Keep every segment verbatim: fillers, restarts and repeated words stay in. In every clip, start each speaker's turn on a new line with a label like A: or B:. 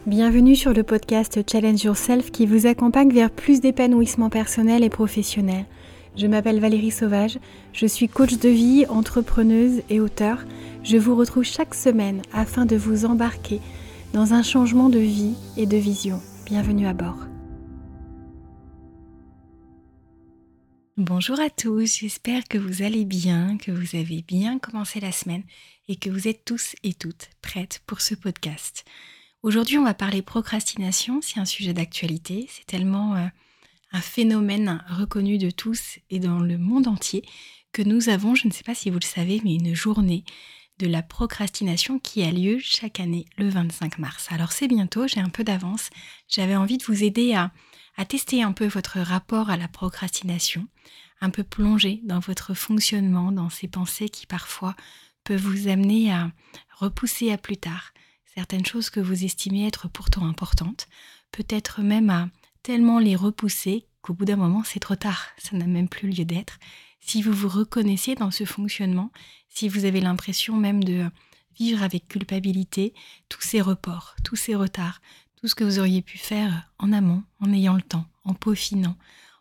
A: Bienvenue sur le podcast Challenge Yourself qui vous accompagne vers plus d'épanouissement personnel et professionnel. Je m'appelle Valérie Sauvage, je suis coach de vie, entrepreneuse et auteure. Je vous retrouve chaque semaine afin de vous embarquer dans un changement de vie et de vision. Bienvenue à bord. Bonjour à tous, j'espère que vous allez bien, que vous avez bien commencé la semaine et que vous êtes tous et toutes prêtes pour ce podcast. Aujourd'hui, on va parler procrastination, c'est un sujet d'actualité, c'est tellement euh, un phénomène reconnu de tous et dans le monde entier que nous avons, je ne sais pas si vous le savez, mais une journée de la procrastination qui a lieu chaque année le vingt-cinq mars. Alors c'est bientôt, j'ai un peu d'avance, j'avais envie de vous aider à, à tester un peu votre rapport à la procrastination, un peu plonger dans votre fonctionnement, dans ces pensées qui parfois peuvent vous amener à repousser à plus tard certaines choses que vous estimez être pourtant importantes, peut-être même à tellement les repousser qu'au bout d'un moment c'est trop tard, ça n'a même plus lieu d'être. Si vous vous reconnaissez dans ce fonctionnement, si vous avez l'impression même de vivre avec culpabilité tous ces reports, tous ces retards, tout ce que vous auriez pu faire en amont, en ayant le temps, en peaufinant,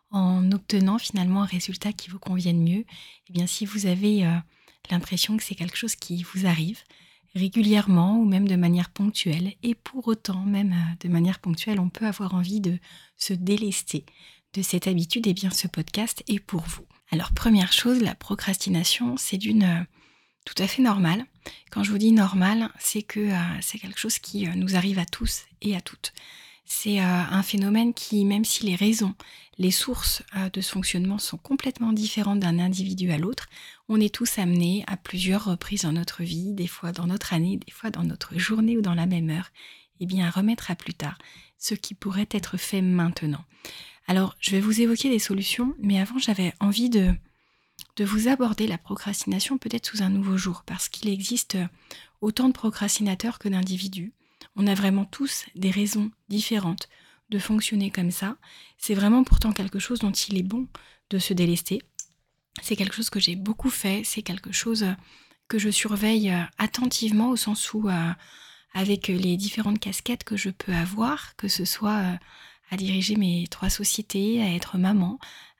A: en obtenant finalement un résultat qui vous convienne mieux, eh bien si vous avez euh, l'impression que c'est quelque chose qui vous arrive, régulièrement ou même de manière ponctuelle, et pour autant, même de manière ponctuelle, on peut avoir envie de se délester de cette habitude, et bien ce podcast est pour vous. Alors première chose, la procrastination, c'est d'une euh, tout à fait normale. Quand je vous dis normal, c'est que euh, c'est quelque chose qui euh, nous arrive à tous et à toutes. C'est euh, un phénomène qui, même si les raisons, les sources euh, de ce fonctionnement sont complètement différentes d'un individu à l'autre, on est tous amenés à plusieurs reprises dans notre vie, des fois dans notre année, des fois dans notre journée ou dans la même heure, et bien à remettre à plus tard ce qui pourrait être fait maintenant. Alors, je vais vous évoquer des solutions, mais avant j'avais envie de, de vous aborder la procrastination peut-être sous un nouveau jour, parce qu'il existe autant de procrastinateurs que d'individus. On a vraiment tous des raisons différentes de fonctionner comme ça. C'est vraiment pourtant quelque chose dont il est bon de se délester. C'est quelque chose que j'ai beaucoup fait, c'est quelque chose que je surveille attentivement au sens où, euh, avec les différentes casquettes que je peux avoir, que ce soit euh, à diriger mes trois sociétés, à être maman,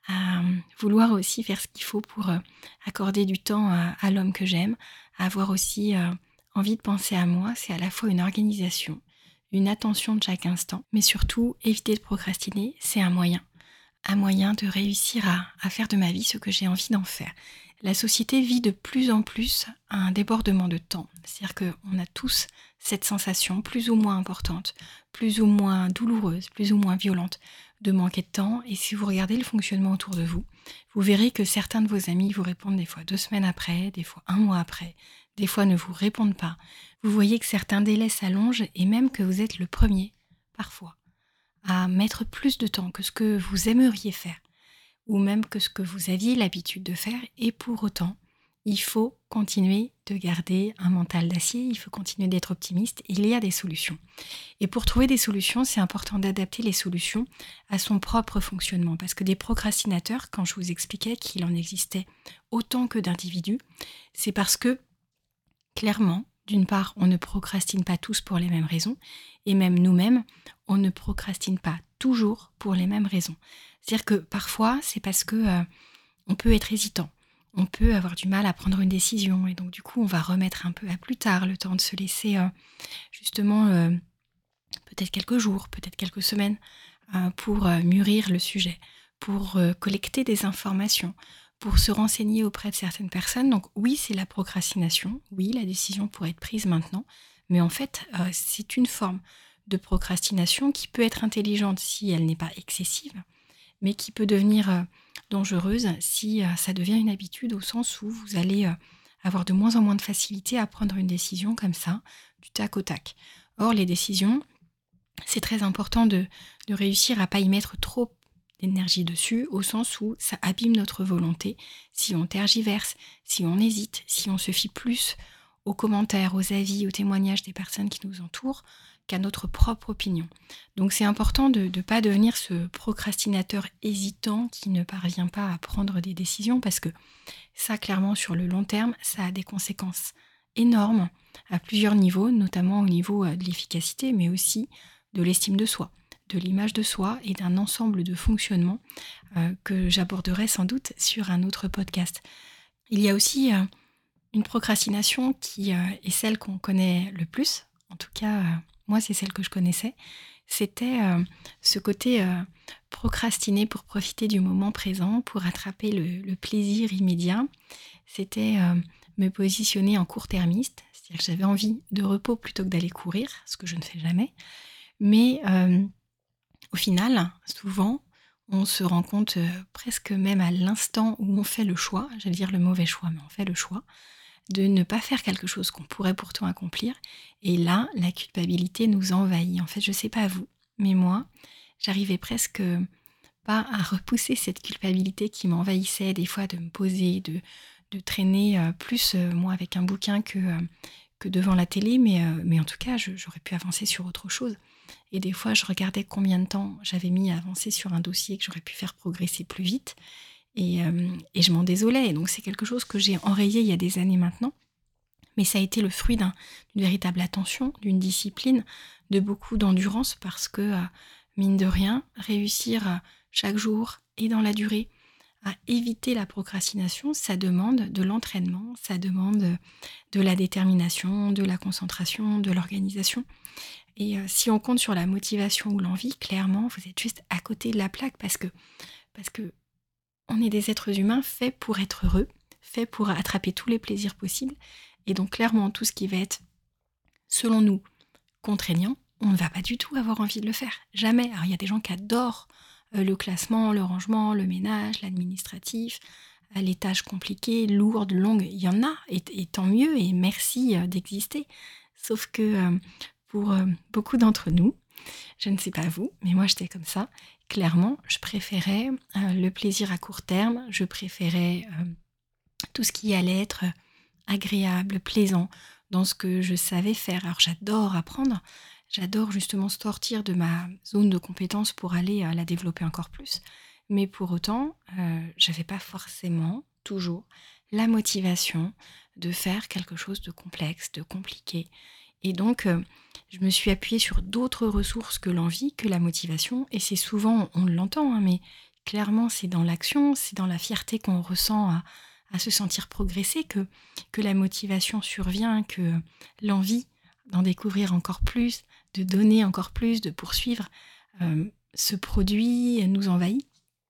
A: à vouloir aussi faire ce qu'il faut pour euh, accorder du temps à, à l'homme que j'aime, à avoir aussi euh, envie de penser à moi, c'est à la fois une organisation, une attention de chaque instant, mais surtout éviter de procrastiner, c'est un moyen. un moyen de réussir à, à faire de ma vie ce que j'ai envie d'en faire. La société vit de plus en plus un débordement de temps. C'est-à-dire qu'on a tous cette sensation plus ou moins importante, plus ou moins douloureuse, plus ou moins violente de manquer de temps. Et si vous regardez le fonctionnement autour de vous, vous verrez que certains de vos amis vous répondent des fois deux semaines après, des fois un mois après, des fois ne vous répondent pas. Vous voyez que certains délais s'allongent et même que vous êtes le premier, parfois, à mettre plus de temps que ce que vous aimeriez faire, ou même que ce que vous aviez l'habitude de faire, et pour autant, il faut continuer de garder un mental d'acier, il faut continuer d'être optimiste, il y a des solutions. Et pour trouver des solutions, c'est important d'adapter les solutions à son propre fonctionnement, parce que des procrastinateurs, quand je vous expliquais qu'il en existait autant que d'individus, c'est parce que, clairement, d'une part, on ne procrastine pas tous pour les mêmes raisons, et même nous-mêmes, on ne procrastine pas toujours pour les mêmes raisons. C'est-à-dire que parfois, c'est parce que euh, on peut être hésitant, on peut avoir du mal à prendre une décision, et donc du coup, on va remettre un peu à plus tard, le temps de se laisser euh, justement euh, peut-être quelques jours, peut-être quelques semaines euh, pour euh, mûrir le sujet, pour euh, collecter des informations, pour se renseigner auprès de certaines personnes. Donc oui, c'est la procrastination, oui, la décision pourrait être prise maintenant, mais en fait, euh, c'est une forme de procrastination qui peut être intelligente si elle n'est pas excessive, mais qui peut devenir euh, dangereuse si euh, ça devient une habitude, au sens où vous allez euh, avoir de moins en moins de facilité à prendre une décision comme ça, du tac au tac. Or, les décisions, c'est très important de, de réussir à ne pas y mettre trop d'énergie dessus, au sens où ça abîme notre volonté si on tergiverse, si on hésite, si on se fie plus aux commentaires, aux avis, aux témoignages des personnes qui nous entourent qu'à notre propre opinion. Donc c'est important de ne pas devenir ce procrastinateur hésitant qui ne parvient pas à prendre des décisions, parce que ça, clairement, sur le long terme, ça a des conséquences énorme à plusieurs niveaux, notamment au niveau euh, de l'efficacité, mais aussi de l'estime de soi, de l'image de soi et d'un ensemble de fonctionnements euh, que j'aborderai sans doute sur un autre podcast. Il y a aussi euh, une procrastination qui euh, est celle qu'on connaît le plus, en tout cas euh, moi c'est celle que je connaissais, c'était euh, ce côté euh, procrastiner pour profiter du moment présent, pour attraper le, le plaisir immédiat. C'était euh, me positionner en court-termiste, c'est-à-dire que j'avais envie de repos plutôt que d'aller courir, ce que je ne fais jamais. Mais euh, au final, souvent, on se rend compte euh, presque même à l'instant où on fait le choix, j'allais dire le mauvais choix, mais on fait le choix, de ne pas faire quelque chose qu'on pourrait pourtant accomplir. Et là, la culpabilité nous envahit. En fait, je sais pas vous, mais moi, j'arrivais presque pas à repousser cette culpabilité qui m'envahissait, des fois de me poser, de, de traîner euh, plus, euh, moi, avec un bouquin que, euh, que devant la télé, mais, euh, mais en tout cas, je- j'aurais pu avancer sur autre chose. Et des fois, je regardais combien de temps j'avais mis à avancer sur un dossier que j'aurais pu faire progresser plus vite. Et, euh, et je m'en désolais. Et donc, c'est quelque chose que j'ai enrayé il y a des années maintenant. Mais ça a été le fruit d'un- d'une véritable attention, d'une discipline, de beaucoup d'endurance parce que, euh, mine de rien, réussir euh, chaque jour et dans la durée à éviter la procrastination, ça demande de l'entraînement, ça demande euh, de la détermination, de la concentration, de l'organisation. Et euh, si on compte sur la motivation ou l'envie, clairement, vous êtes juste à côté de la plaque parce que, parce que on est des êtres humains faits pour être heureux, faits pour attraper tous les plaisirs possibles. Et donc clairement, tout ce qui va être, selon nous, contraignant, on ne va pas du tout avoir envie de le faire. Jamais. Alors il y a des gens qui adorent euh, le classement, le rangement, le ménage, l'administratif, euh, les tâches compliquées, lourdes, longues. Il y en a, et, et tant mieux, et merci euh, d'exister. Sauf que euh, pour euh, beaucoup d'entre nous, je ne sais pas vous, mais moi j'étais comme ça. Clairement, je préférais euh, le plaisir à court terme, je préférais euh, tout ce qui allait être agréable, plaisant, dans ce que je savais faire. Alors j'adore apprendre, j'adore justement sortir de ma zone de compétence pour aller euh, la développer encore plus. Mais pour autant, euh, j'avais pas forcément toujours la motivation de faire quelque chose de complexe, de compliqué. Et donc, euh, je me suis appuyée sur d'autres ressources que l'envie, que la motivation. Et c'est souvent, on l'entend, hein, mais clairement, c'est dans l'action, c'est dans la fierté qu'on ressent à, à se sentir progresser que, que la motivation survient, que l'envie d'en découvrir encore plus, de donner encore plus, de poursuivre, euh, ce produit nous envahit.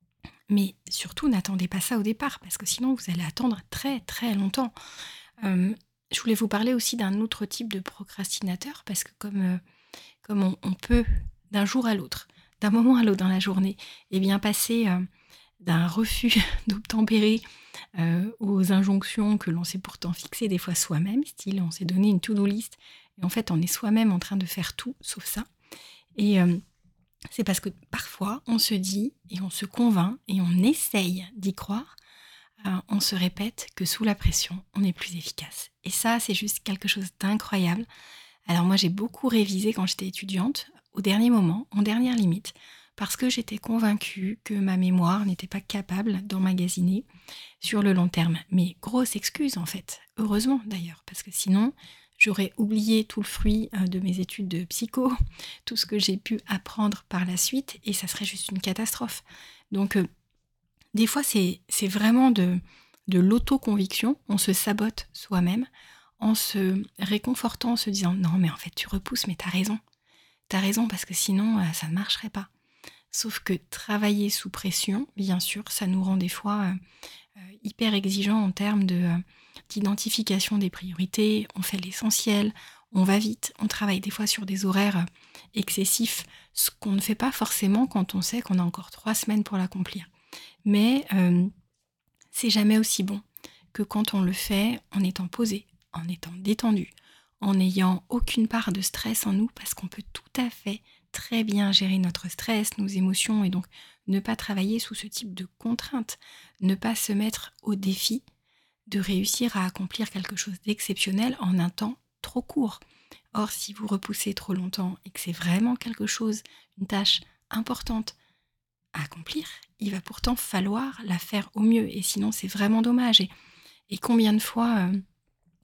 A: Mais surtout, n'attendez pas ça au départ, parce que sinon, vous allez attendre très très longtemps. Euh, je voulais vous parler aussi d'un autre type de procrastinateur, parce que comme, euh, comme on, on peut, d'un jour à l'autre, d'un moment à l'autre dans la journée, eh bien passer euh, d'un refus d'obtempérer euh, aux injonctions que l'on s'est pourtant fixées des fois soi-même, style on s'est donné une to-do list, et en fait on est soi-même en train de faire tout sauf ça. Et euh, c'est parce que parfois on se dit et on se convainc et on essaye d'y croire, euh, on se répète que sous la pression, on est plus efficace. Et ça, c'est juste quelque chose d'incroyable. Alors moi, j'ai beaucoup révisé quand j'étais étudiante, au dernier moment, en dernière limite, parce que j'étais convaincue que ma mémoire n'était pas capable d'emmagasiner sur le long terme. Mais grosse excuse en fait, heureusement d'ailleurs, parce que sinon, j'aurais oublié tout le fruit euh, de mes études de psycho, tout ce que j'ai pu apprendre par la suite, et ça serait juste une catastrophe. Donc, euh, des fois, c'est, c'est vraiment de, de l'autoconviction. On se sabote soi-même en se réconfortant, en se disant non, mais en fait, tu repousses, mais t'as raison. T'as raison parce que sinon, euh, ça ne marcherait pas. Sauf que travailler sous pression, bien sûr, ça nous rend des fois euh, euh, hyper exigeants en termes de, euh, d'identification des priorités. On fait l'essentiel, on va vite, on travaille des fois sur des horaires euh, excessifs, ce qu'on ne fait pas forcément quand on sait qu'on a encore trois semaines pour l'accomplir. Mais euh, c'est jamais aussi bon que quand on le fait en étant posé, en étant détendu, en n'ayant aucune part de stress en nous, parce qu'on peut tout à fait très bien gérer notre stress, nos émotions, et donc ne pas travailler sous ce type de contraintes, ne pas se mettre au défi de réussir à accomplir quelque chose d'exceptionnel en un temps trop court. Or, si vous repoussez trop longtemps et que c'est vraiment quelque chose, une tâche importante, à accomplir, il va pourtant falloir la faire au mieux, et sinon c'est vraiment dommage. Et, et combien de fois euh,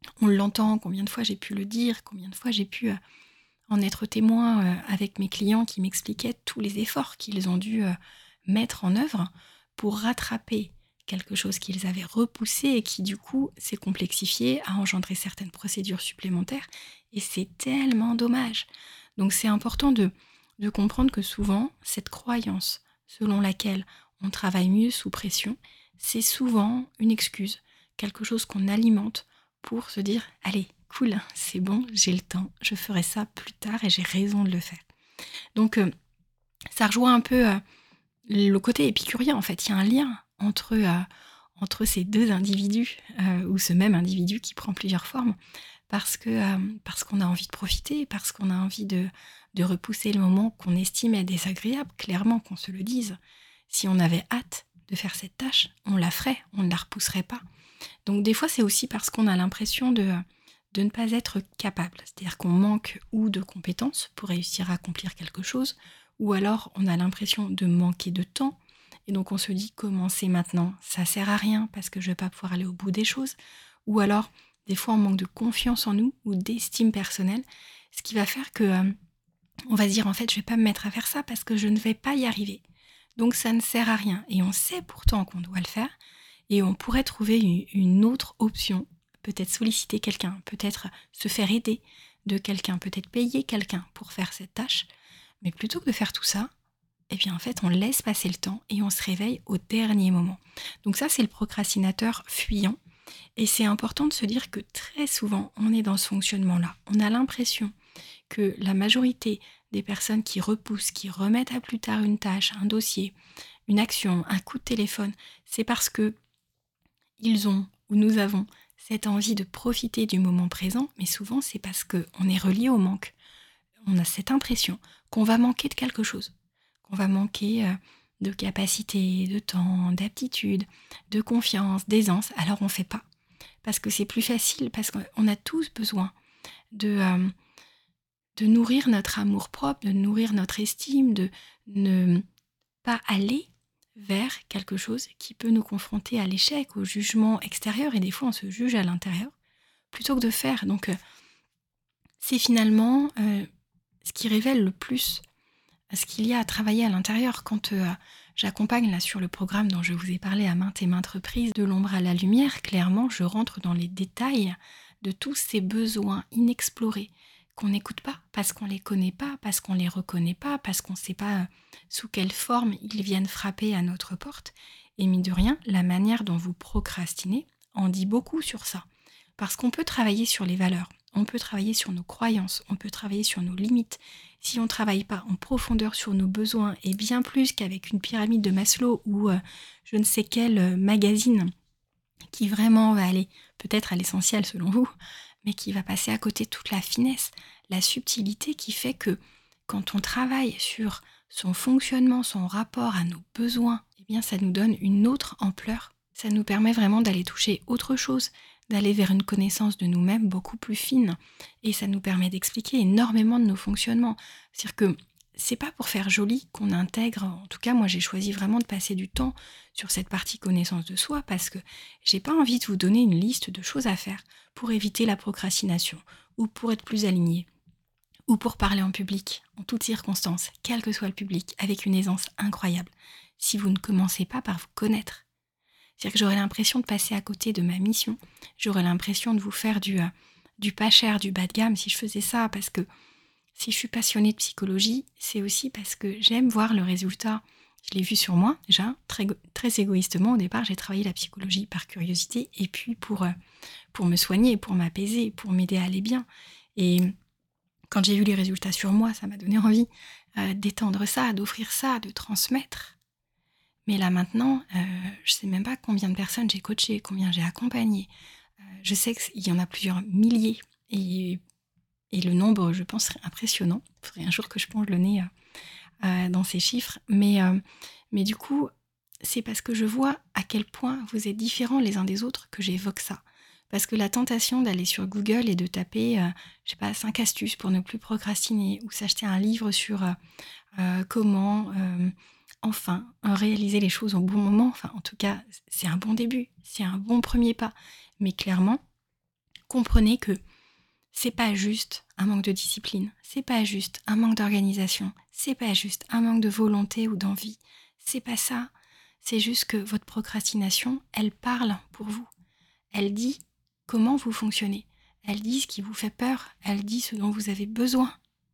A: On l'entend, combien de fois j'ai pu le dire, combien de fois j'ai pu, heu, en être témoin, heu, avec mes clients qui m'expliquaient tous les efforts qu'ils ont dû, heu, mettre en œuvre pour rattraper quelque chose qu'ils avaient repoussé et qui du coup s'est complexifié, a engendré certaines procédures supplémentaires et c'est tellement dommage. Donc c'est important de de comprendre que souvent cette croyance selon laquelle on travaille mieux sous pression, c'est souvent une excuse, quelque chose qu'on alimente pour se dire: «Allez, cool, c'est bon, j'ai le temps, je ferai ça plus tard et j'ai raison de le faire». Donc heu, ça rejoint un peu, heu, le côté épicurien en fait. Il y a un lien entre, heu, entre ces deux individus, heu, ou ce même individu qui prend plusieurs formes parce que, hem, parce qu'on a envie de profiter, parce qu'on a envie de de repousser le moment qu'on estime être désagréable, clairement, qu'on se le dise. Si on avait hâte de faire cette tâche, on la ferait, on ne la repousserait pas. Donc des fois, c'est aussi parce qu'on a l'impression de, de ne pas être capable. C'est-à-dire qu'on manque ou de compétences pour réussir à accomplir quelque chose, ou alors on a l'impression de manquer de temps. Et donc on se dit commencer maintenant, ça sert à rien parce que je vais pas pouvoir aller au bout des choses. Ou alors, des fois, on manque de confiance en nous ou d'estime personnelle, ce qui va faire que euh, on va se dire en fait, je vais pas me mettre à faire ça parce que je ne vais pas y arriver. Donc ça ne sert à rien. Et on sait pourtant qu'on doit le faire et on pourrait trouver une une autre option, peut-être solliciter quelqu'un, peut-être se faire aider de quelqu'un, peut-être payer quelqu'un pour faire cette tâche. Mais plutôt que de faire tout ça, eh bien en fait on laisse passer le temps et on se réveille au dernier moment. Donc ça c'est le procrastinateur fuyant et c'est important de se dire que très souvent on est dans ce fonctionnement-là. On a l'impression que la majorité des personnes qui repoussent, qui remettent à plus tard une tâche, un dossier, une action, un coup de téléphone, c'est parce que ils ont ou nous avons cette envie de profiter du moment présent, mais souvent c'est parce qu'on est relié au manque. On a cette impression qu'on va manquer de quelque chose, qu'on va manquer euh, de capacité, de temps, d'aptitude, de confiance, d'aisance, alors on ne fait pas. Parce que c'est plus facile, parce qu'on a tous besoin de, euh, de nourrir notre amour-propre, de nourrir notre estime, de ne pas aller vers quelque chose qui peut nous confronter à l'échec, au jugement extérieur, et des fois on se juge à l'intérieur, plutôt que de faire. Donc euh, c'est finalement euh, ce qui révèle le plus ce qu'il y a à travailler à l'intérieur. Quand euh, j'accompagne là sur le programme dont je vous ai parlé à maintes et maintes reprises, de l'ombre à la lumière, clairement je rentre dans les détails de tous ces besoins inexplorés qu'on n'écoute pas, parce qu'on les connaît pas, parce qu'on les reconnaît pas, parce qu'on ne sait pas euh, sous quelle forme ils viennent frapper à notre porte. Et mine de rien, la manière dont vous procrastinez en dit beaucoup sur ça. Parce qu'on peut travailler sur les valeurs, on peut travailler sur nos croyances, on peut travailler sur nos limites. Si on ne travaille pas en profondeur sur nos besoins, et bien plus qu'avec une pyramide de Maslow ou euh, je ne sais quel euh, magazine qui vraiment va aller peut-être à l'essentiel selon vous, mais qui va passer à côté de toute la finesse, la subtilité qui fait que quand on travaille sur son fonctionnement, son rapport à nos besoins, eh bien ça nous donne une autre ampleur. Ça nous permet vraiment d'aller toucher autre chose, d'aller vers une connaissance de nous-mêmes beaucoup plus fine. Et ça nous permet d'expliquer énormément de nos fonctionnements. C'est-à-dire que c'est pas pour faire joli qu'on intègre, en tout cas moi j'ai choisi vraiment de passer du temps sur cette partie connaissance de soi parce que j'ai pas envie de vous donner une liste de choses à faire pour éviter la procrastination ou pour être plus aligné ou pour parler en public, en toutes circonstances, quel que soit le public, avec une aisance incroyable, si vous ne commencez pas par vous connaître. C'est-à-dire que j'aurais l'impression de passer à côté de ma mission, j'aurais l'impression de vous faire du, euh, du pas cher, du bas de gamme si je faisais ça, parce que si je suis passionnée de psychologie, c'est aussi parce que j'aime voir le résultat. Je l'ai vu sur moi déjà, très, très égoïstement au départ, j'ai travaillé la psychologie par curiosité et puis pour, euh, pour me soigner, pour m'apaiser, pour m'aider à aller bien. Et quand j'ai vu les résultats sur moi, ça m'a donné envie euh, d'étendre ça, d'offrir ça, de transmettre. Mais là maintenant, euh, je sais même pas combien de personnes j'ai coachées, combien j'ai accompagnées. Euh, je sais qu'il y en a plusieurs milliers et, et le nombre, je pense, serait impressionnant. Il faudrait un jour que je plonge le nez euh, euh, dans ces chiffres. Mais, euh, mais du coup, c'est parce que je vois à quel point vous êtes différents les uns des autres que j'évoque ça. Parce que la tentation d'aller sur Google et de taper, euh, je sais pas, cinq astuces pour ne plus procrastiner ou s'acheter un livre sur euh, euh, comment euh, enfin euh, réaliser les choses au bon moment, enfin en tout cas c'est un bon début, c'est un bon premier pas. Mais clairement, comprenez que c'est pas juste un manque de discipline, c'est pas juste un manque d'organisation, c'est pas juste un manque de volonté ou d'envie, c'est pas ça. C'est juste que votre procrastination, elle parle pour vous. Elle dit comment vous fonctionnez. Elle dit ce qui vous fait peur. Elle dit ce dont vous avez besoin.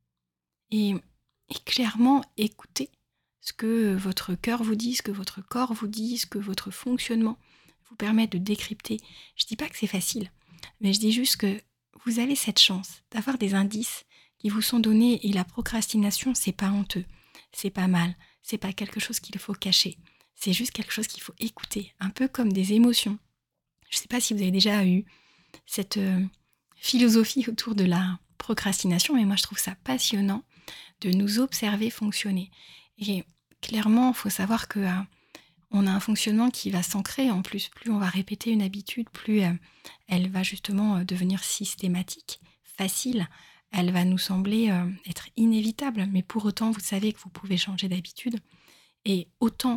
A: Et, et clairement, écoutez ce que votre cœur vous dit, ce que votre corps vous dit, ce que votre fonctionnement vous permet de décrypter. Je dis pas que c'est facile, mais je dis juste que vous avez cette chance d'avoir des indices qui vous sont donnés, et la procrastination, c'est pas honteux, c'est pas mal, c'est pas quelque chose qu'il faut cacher. C'est juste quelque chose qu'il faut écouter, un peu comme des émotions. Je ne sais pas si vous avez déjà eu cette euh, philosophie autour de la procrastination, mais moi je trouve ça passionnant de nous observer fonctionner. Et clairement, il faut savoir que euh, on a un fonctionnement qui va s'ancrer. En plus, plus on va répéter une habitude, plus euh, elle va justement euh, devenir systématique, facile. Elle va nous sembler euh, être inévitable, mais pour autant, vous savez que vous pouvez changer d'habitude. Et autant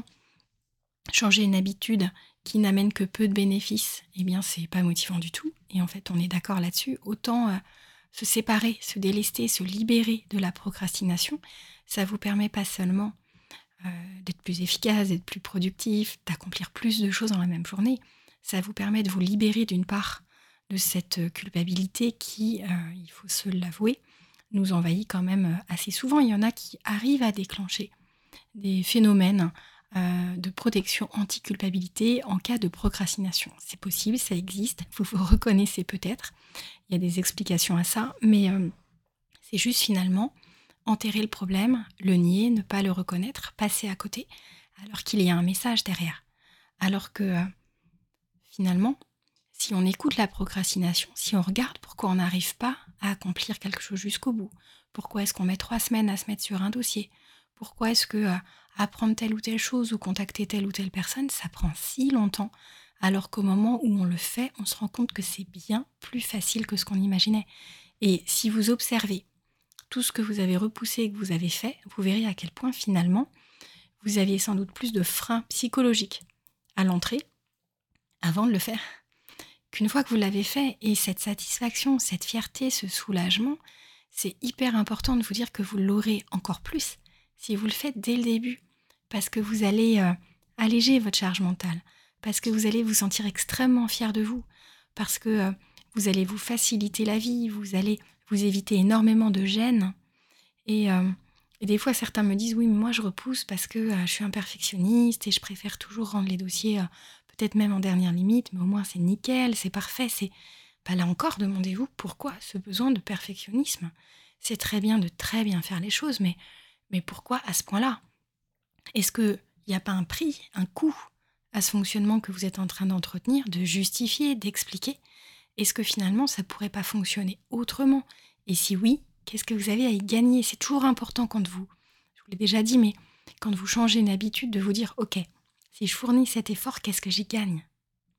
A: changer une habitude qui n'amène que peu de bénéfices, eh bien c'est pas motivant du tout. Et en fait, on est d'accord là-dessus. Autant euh, se séparer, se délester, se libérer de la procrastination, ça vous permet pas seulement euh, d'être plus efficace, d'être plus productif, d'accomplir plus de choses dans la même journée. Ça vous permet de vous libérer d'une part de cette culpabilité qui, euh, il faut se l'avouer, nous envahit quand même assez souvent. Il y en a qui arrivent à déclencher des phénomènes euh, de protection anti-culpabilité en cas de procrastination. C'est possible, ça existe, vous vous reconnaissez peut-être, il y a des explications à ça, mais euh, c'est juste finalement enterrer le problème, le nier, ne pas le reconnaître, passer à côté, alors qu'il y a un message derrière. Alors que euh, finalement, si on écoute la procrastination, si on regarde pourquoi on n'arrive pas à accomplir quelque chose jusqu'au bout, pourquoi est-ce qu'on met trois semaines à se mettre sur un dossier, pourquoi est-ce que euh, apprendre telle ou telle chose ou contacter telle ou telle personne, ça prend si longtemps, alors qu'au moment où on le fait, on se rend compte que c'est bien plus facile que ce qu'on imaginait. Et si vous observez tout ce que vous avez repoussé et que vous avez fait, vous verrez à quel point finalement, vous aviez sans doute plus de freins psychologiques à l'entrée avant de le faire, qu'une fois que vous l'avez fait. Et cette satisfaction, cette fierté, ce soulagement, c'est hyper important de vous dire que vous l'aurez encore plus si vous le faites dès le début, parce que vous allez euh, alléger votre charge mentale, parce que vous allez vous sentir extrêmement fier de vous, parce que euh, vous allez vous faciliter la vie, vous allez vous éviter énormément de gêne. Et, euh, et des fois, certains me disent « Oui, mais moi, je repousse parce que euh, je suis un perfectionniste et je préfère toujours rendre les dossiers, euh, peut-être même en dernière limite, mais au moins c'est nickel, c'est parfait. » C'est bah, là encore, demandez-vous pourquoi ce besoin de perfectionnisme. C'est très bien de très bien faire les choses, mais, mais pourquoi à ce point-là ? Est-ce qu'il n'y a pas un prix, un coût à ce fonctionnement que vous êtes en train d'entretenir, de justifier, d'expliquer ? Est-ce que finalement, ça ne pourrait pas fonctionner autrement ? Et si oui, qu'est-ce que vous avez à y gagner ? C'est toujours important quand vous, je vous l'ai déjà dit, mais quand vous changez une habitude, de vous dire « Ok, si je fournis cet effort, qu'est-ce que j'y gagne ?»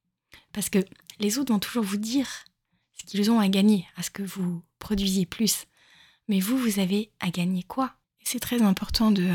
A: Parce que les autres vont toujours vous dire ce qu'ils ont à gagner, à ce que vous produisiez plus. Mais vous, vous avez à gagner quoi ? Et c'est très important de,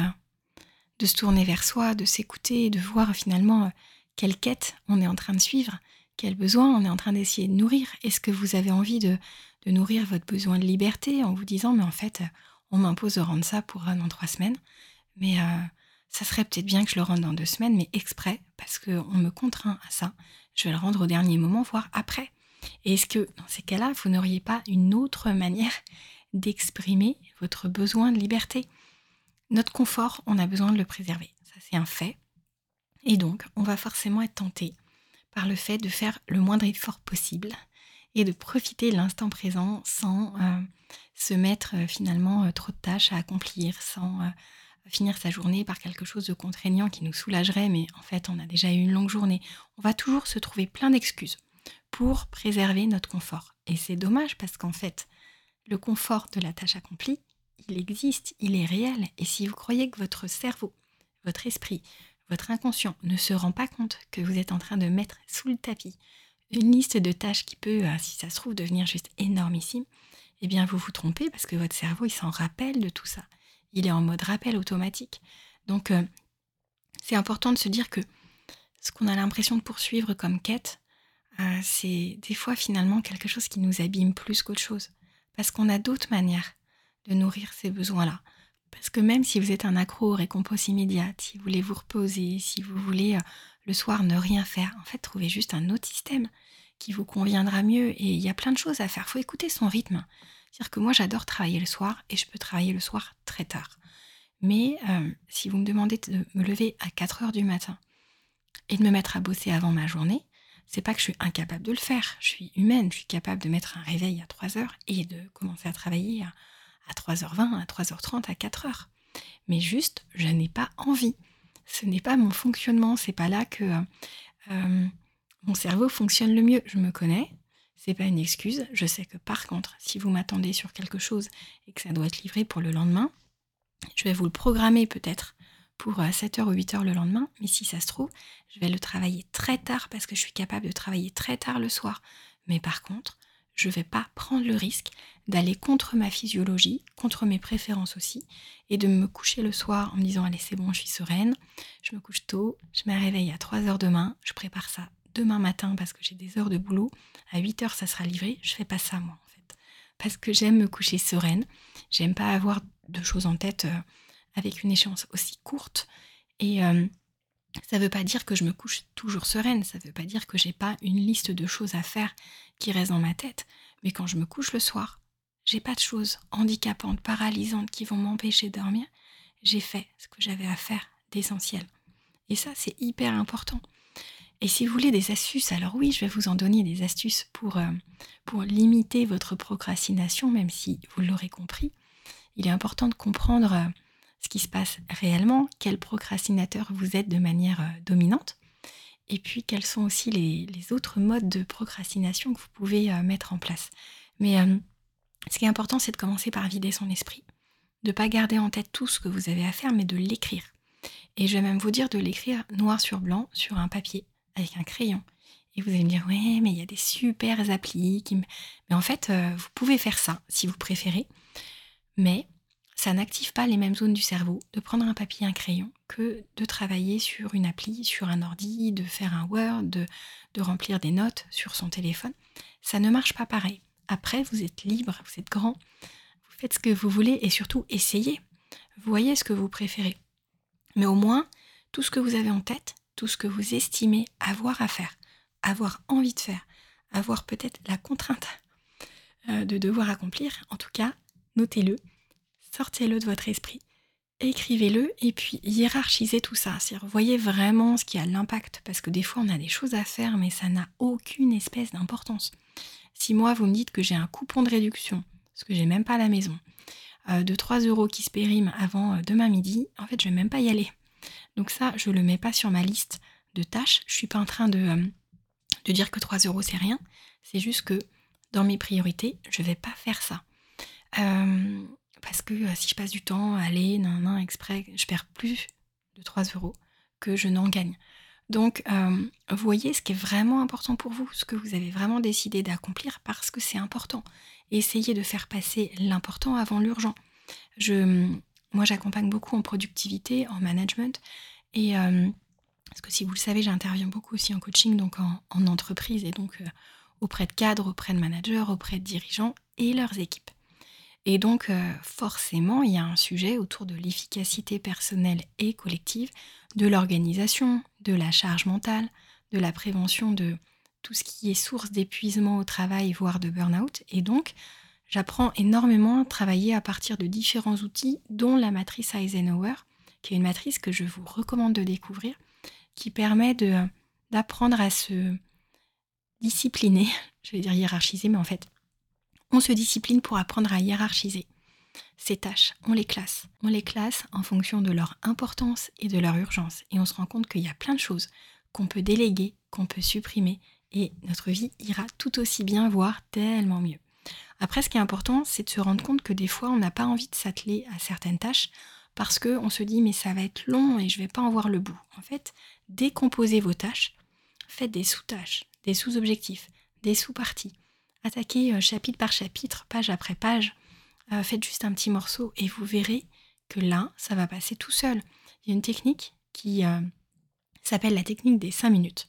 A: de se tourner vers soi, de s'écouter, de voir finalement quelle quête on est en train de suivre, quel besoin on est en train d'essayer de nourrir. Est-ce que vous avez envie de, de nourrir votre besoin de liberté en vous disant « mais en fait, on m'impose de rendre ça pour dans trois semaines, mais euh, ça serait peut-être bien que je le rende dans deux semaines, mais exprès, parce qu'on me contraint à ça, je vais le rendre au dernier moment, voire après. » Et est-ce que dans ces cas-là, vous n'auriez pas une autre manière d'exprimer votre besoin de liberté ? Notre confort, on a besoin de le préserver, ça c'est un fait. Et donc, on va forcément être tenté par le fait de faire le moindre effort possible et de profiter de l'instant présent sans euh, se mettre euh, finalement euh, trop de tâches à accomplir, sans euh, finir sa journée par quelque chose de contraignant qui nous soulagerait, mais en fait on a déjà eu une longue journée. On va toujours se trouver plein d'excuses pour préserver notre confort. Et c'est dommage parce qu'en fait, le confort de la tâche accomplie, il existe, il est réel. Et si vous croyez que votre cerveau, votre esprit, votre inconscient ne se rend pas compte que vous êtes en train de mettre sous le tapis une liste de tâches qui peut, si ça se trouve, devenir juste énormissime, eh bien vous vous trompez parce que votre cerveau, il s'en rappelle de tout ça. Il est en mode rappel automatique. Donc, euh, c'est important de se dire que ce qu'on a l'impression de poursuivre comme quête, heu, c'est des fois finalement quelque chose qui nous abîme plus qu'autre chose. Parce qu'on a d'autres manières de nourrir ces besoins-là. Parce que même si vous êtes un accro aux récompenses immédiates, si vous voulez vous reposer, si vous voulez, heu, le soir ne rien faire, en fait, trouvez juste un autre système qui vous conviendra mieux et il y a plein de choses à faire. Faut écouter son rythme. C'est-à-dire que moi, j'adore travailler le soir et je peux travailler le soir très tard. Mais, hem, si vous me demandez de me lever à quatre heures du matin et de me mettre à bosser avant ma journée, c'est pas que je suis incapable de le faire. Je suis humaine, je suis capable de mettre un réveil à trois heures et de commencer à travailler à à trois heures vingt, à trois heures trente, à quatre heures. Mais juste, je n'ai pas envie. Ce n'est pas mon fonctionnement, c'est pas là que, heu, hem, mon cerveau fonctionne le mieux. Je me connais, c'est pas une excuse. Je sais que par contre, si vous m'attendez sur quelque chose et que ça doit être livré pour le lendemain, je vais vous le programmer peut-être pour, heu, sept heures ou huit heures le lendemain, mais si ça se trouve, je vais le travailler très tard parce que je suis capable de travailler très tard le soir. Mais par contre, je vais pas prendre le risque d'aller contre ma physiologie, contre mes préférences aussi et de me coucher le soir en me disant: «Allez, c'est bon, je suis sereine, je me couche tôt, je me réveille à trois heures demain, je prépare ça demain matin parce que j'ai des heures de boulot, à huit heures ça sera livré». Je fais pas ça moi, en fait. Parce que j'aime me coucher sereine, j'aime pas avoir de choses en tête, heu, avec une échéance aussi courte et hem, ça veut pas dire que je me couche toujours sereine, ça veut pas dire que j'ai pas une liste de choses à faire qui reste dans ma tête. Mais quand je me couche le soir, j'ai pas de choses handicapantes, paralysantes qui vont m'empêcher de dormir. J'ai fait ce que j'avais à faire d'essentiel et ça, c'est hyper important. Et si vous voulez des astuces, alors oui, je vais vous en donner des astuces pour, heu, pour limiter votre procrastination, même si vous l'aurez compris, il est important de comprendre, heu, ce qui se passe réellement, quel procrastinateur vous êtes de manière, heu, dominante et puis quels sont aussi les les autres modes de procrastination que vous pouvez, heu, mettre en place. Mais, hem, ce qui est important, c'est de commencer par vider son esprit, de pas garder en tête tout ce que vous avez à faire, mais de l'écrire et je vais même vous dire de l'écrire noir sur blanc sur un papier avec un crayon et vous allez me dire: «Ouais, mais il y a des super applis qui me» mais en fait, heu, vous pouvez faire ça si vous préférez, mais ça n'active pas les mêmes zones du cerveau de prendre un papier et un crayon que de travailler sur une appli, sur un ordi, de faire un Word, de, de remplir des notes sur son téléphone. Ça ne marche pas pareil. Après, vous êtes libre, vous êtes grand, vous faites ce que vous voulez et surtout essayez. Voyez ce que vous préférez. Mais au moins, tout ce que vous avez en tête, tout ce que vous estimez avoir à faire, avoir envie de faire, avoir peut-être la contrainte euh, de devoir accomplir, en tout cas, notez-le. Sortez-le de votre esprit, écrivez-le et puis hiérarchisez tout ça. C'est-à-dire, voyez vraiment ce qui a l'impact parce que des fois on a des choses à faire mais ça n'a aucune espèce d'importance. Si moi vous me dites que j'ai un coupon de réduction, parce que j'ai même pas à la maison, euh, de trois euros qui se périme avant euh, demain midi, en fait je vais même pas y aller. Donc ça, je le mets pas sur ma liste de tâches. Je suis pas en train de, euh, de dire que trois euros c'est rien. C'est juste que dans mes priorités, je vais pas faire ça. Hem, parce que, heu, si je passe du temps à aller nin nin exprès, je perds plus de trois euros que je n'en gagne. Donc, hem, voyez ce qui est vraiment important pour vous, ce que vous avez vraiment décidé d'accomplir parce que c'est important. Essayez de faire passer l'important avant l'urgent. Je, mmh, moi j'accompagne beaucoup en productivité, en management et hem, parce que si vous le savez, j'interviens beaucoup aussi en coaching, donc en en entreprise et donc, heu, auprès de cadres, auprès de managers, auprès de dirigeants et leurs équipes. Et donc, heu, forcément, il y a un sujet autour de l'efficacité personnelle et collective, de l'organisation, de la charge mentale, de la prévention de tout ce qui est source d'épuisement au travail, voire de burn-out. Et donc, j'apprends énormément à travailler à partir de différents outils, dont la matrice Eisenhower, qui est une matrice que je vous recommande de découvrir, qui permet de d'apprendre à se discipliner, je vais dire hiérarchiser, mais en fait, on se discipline pour apprendre à hiérarchiser. Ces tâches, on les classe. On les classe en fonction de leur importance et de leur urgence. Et on se rend compte qu'il y a plein de choses qu'on peut déléguer, qu'on peut supprimer, et notre vie ira tout aussi bien, voire tellement mieux. Après, ce qui est important, c'est de se rendre compte que des fois, on n'a pas envie de s'atteler à certaines tâches parce qu'on se dit mais ça va être long et je vais pas en voir le bout. En fait, décomposez vos tâches, faites des sous-tâches, des sous-objectifs, des sous-parties. Attaquez euh, chapitre par chapitre, page après page. Euh, faites juste un petit morceau et vous verrez que là, ça va passer tout seul. Il y a une technique qui euh, s'appelle la technique des cinq minutes.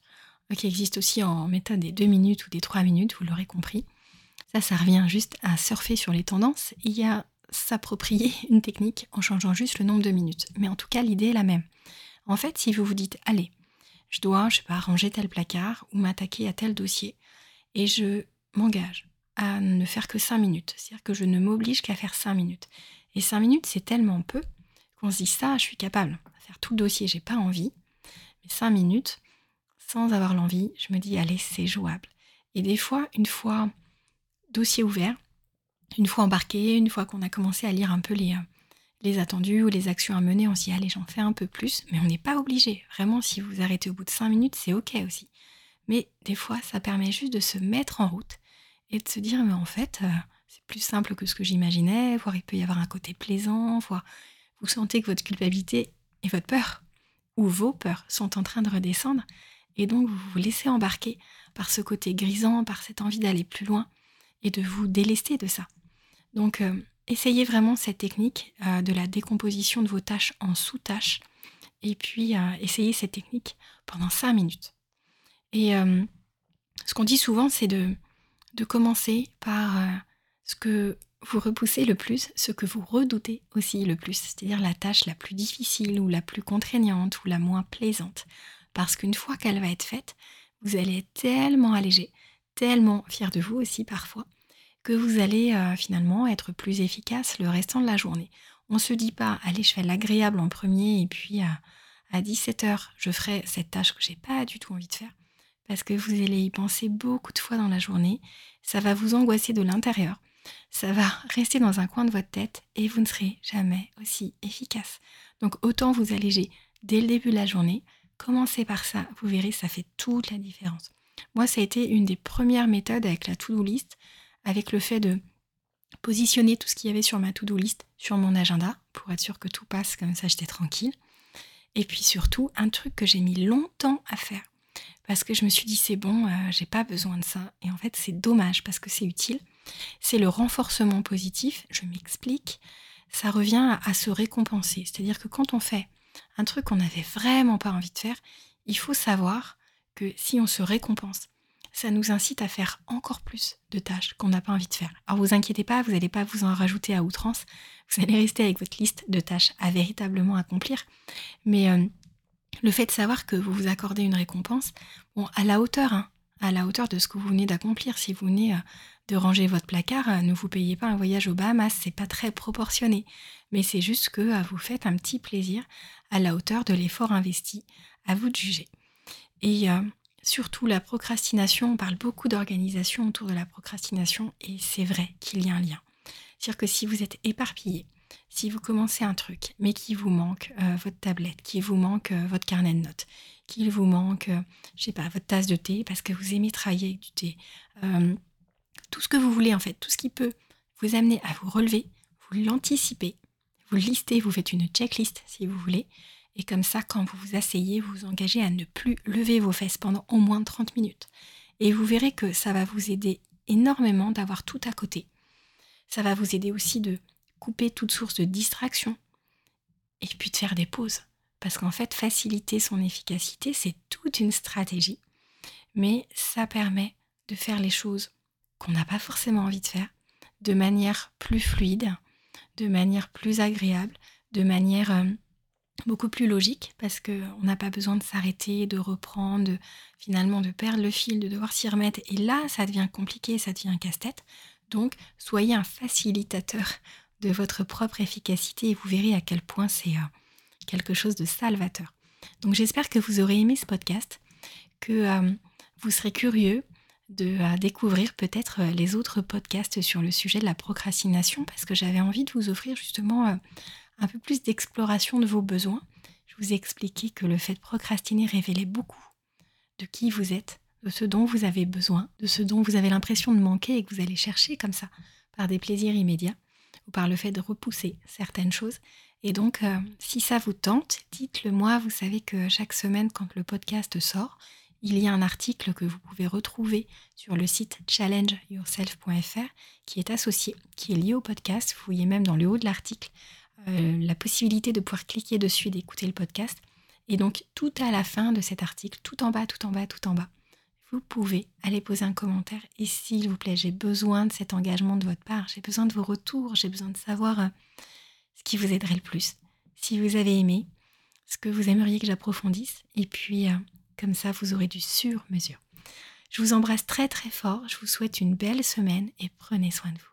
A: qui existe aussi en méthode des deux minutes ou des trois minutes, vous l'aurez compris. Ça, ça revient juste à surfer sur les tendances et à s'approprier une technique en changeant juste le nombre de minutes. Mais en tout cas, l'idée est la même. En fait, si vous vous dites, allez, je dois, je sais pas, ranger tel placard ou m'attaquer à tel dossier et je m'engage à ne faire que cinq minutes. C'est-à-dire que je ne m'oblige qu'à faire cinq minutes. Et cinq minutes, c'est tellement peu qu'on se dit ça, je suis capable de faire tout le dossier, j'ai pas envie. Mais cinq minutes, sans avoir l'envie, je me dis, allez, c'est jouable. Et des fois, une fois dossier ouvert, une fois embarqué, une fois qu'on a commencé à lire un peu les, les attendus ou les actions à mener, on se dit, allez, j'en fais un peu plus. Mais on n'est pas obligé. Vraiment, si vous arrêtez au bout de cinq minutes, c'est OK aussi. Mais des fois, ça permet juste de se mettre en route et de se dire, mais en fait, euh, c'est plus simple que ce que j'imaginais, voire il peut y avoir un côté plaisant, voire vous sentez que votre culpabilité et votre peur, ou vos peurs, sont en train de redescendre, et donc vous vous laissez embarquer par ce côté grisant, par cette envie d'aller plus loin, et de vous délester de ça. Donc, euh, essayez vraiment cette technique euh, de la décomposition de vos tâches en sous-tâches, et puis euh, essayez cette technique pendant cinq minutes. Et euh, ce qu'on dit souvent, c'est de, de commencer par euh, ce que vous repoussez le plus, ce que vous redoutez aussi le plus, c'est-à-dire la tâche la plus difficile ou la plus contraignante ou la moins plaisante. Parce qu'une fois qu'elle va être faite, vous allez être tellement allégé, tellement fier de vous aussi parfois, que vous allez euh, finalement être plus efficace le restant de la journée. On ne se dit pas, allez, je fais l'agréable en premier et puis à, à dix-sept heures, je ferai cette tâche que j'ai pas du tout envie de faire. Parce que vous allez y penser beaucoup de fois dans la journée, ça va vous angoisser de l'intérieur, ça va rester dans un coin de votre tête et vous ne serez jamais aussi efficace. Donc autant vous alléger dès le début de la journée, commencez par ça, vous verrez, ça fait toute la différence. Moi, ça a été une des premières méthodes avec la to-do list, avec le fait de positionner tout ce qu'il y avait sur ma to-do list sur mon agenda, pour être sûr que tout passe, comme ça j'étais tranquille. Et puis surtout, un truc que j'ai mis longtemps à faire, parce que je me suis dit c'est bon, euh, j'ai pas besoin de ça. Et en fait, c'est dommage parce que c'est utile. C'est le renforcement positif. Je m'explique. Ça revient à, à se récompenser. C'est-à-dire que quand on fait un truc qu'on n'avait vraiment pas envie de faire, il faut savoir que si on se récompense, ça nous incite à faire encore plus de tâches qu'on n'a pas envie de faire. Alors vous inquiétez pas, vous n'allez pas vous en rajouter à outrance. Vous allez rester avec votre liste de tâches à véritablement accomplir. Mais euh, le fait de savoir que vous vous accordez une récompense, bon, à la hauteur, hein, à la hauteur de ce que vous venez d'accomplir. Si vous venez euh, de ranger votre placard, euh, ne vous payez pas un voyage aux Bahamas, c'est pas très proportionné. Mais c'est juste que euh, vous faites un petit plaisir à la hauteur de l'effort investi, à vous de juger. Et euh, surtout la procrastination, on parle beaucoup d'organisation autour de la procrastination et c'est vrai qu'il y a un lien. C'est-à-dire que si vous êtes éparpillé, si vous commencez un truc, mais qu'il vous manque euh, votre tablette, qu'il vous manque euh, votre carnet de notes, qu'il vous manque, euh, je sais pas, votre tasse de thé, parce que vous aimez travailler avec du thé, euh, tout ce que vous voulez en fait, tout ce qui peut vous amener à vous relever, vous l'anticipez, vous le listez, vous faites une checklist si vous voulez, et comme ça, quand vous vous asseyez, vous vous engagez à ne plus lever vos fesses pendant au moins trente minutes. Et vous verrez que ça va vous aider énormément d'avoir tout à côté. Ça va vous aider aussi de couper toute source de distraction et puis de faire des pauses. Parce qu'en fait, faciliter son efficacité, c'est toute une stratégie. Mais ça permet de faire les choses qu'on n'a pas forcément envie de faire de manière plus fluide, de manière plus agréable, de manière euh, beaucoup plus logique parce qu'on n'a pas besoin de s'arrêter, de reprendre, de, finalement de perdre le fil, de devoir s'y remettre. Et là, ça devient compliqué, ça devient un casse-tête. Donc, soyez un facilitateur de votre propre efficacité et vous verrez à quel point c'est euh, quelque chose de salvateur. Donc, j'espère que vous aurez aimé ce podcast, que euh, vous serez curieux de euh, découvrir peut-être euh, les autres podcasts sur le sujet de la procrastination parce que j'avais envie de vous offrir justement euh, un peu plus d'exploration de vos besoins. Je vous ai expliqué que le fait de procrastiner révélait beaucoup de qui vous êtes, de ce dont vous avez besoin, de ce dont vous avez l'impression de manquer et que vous allez chercher comme ça, par des plaisirs immédiats ou par le fait de repousser certaines choses. Et donc, euh, si ça vous tente, dites-le moi. Vous savez que chaque semaine, quand le podcast sort, il y a un article que vous pouvez retrouver sur le site challenge yourself point f r qui est associé, qui est lié au podcast. Vous voyez même dans le haut de l'article euh, la possibilité de pouvoir cliquer dessus et d'écouter le podcast. Et donc, tout à la fin de cet article, tout en bas, tout en bas, tout en bas, vous pouvez aller poser un commentaire. Et s'il vous plaît, j'ai besoin de cet engagement de votre part, j'ai besoin de vos retours, j'ai besoin de savoir euh, ce qui vous aiderait le plus. Si vous avez aimé, ce que vous aimeriez que j'approfondisse. Et puis, euh, comme ça, vous aurez du sur-mesure. Je vous embrasse très très fort, je vous souhaite une belle semaine et prenez soin de vous.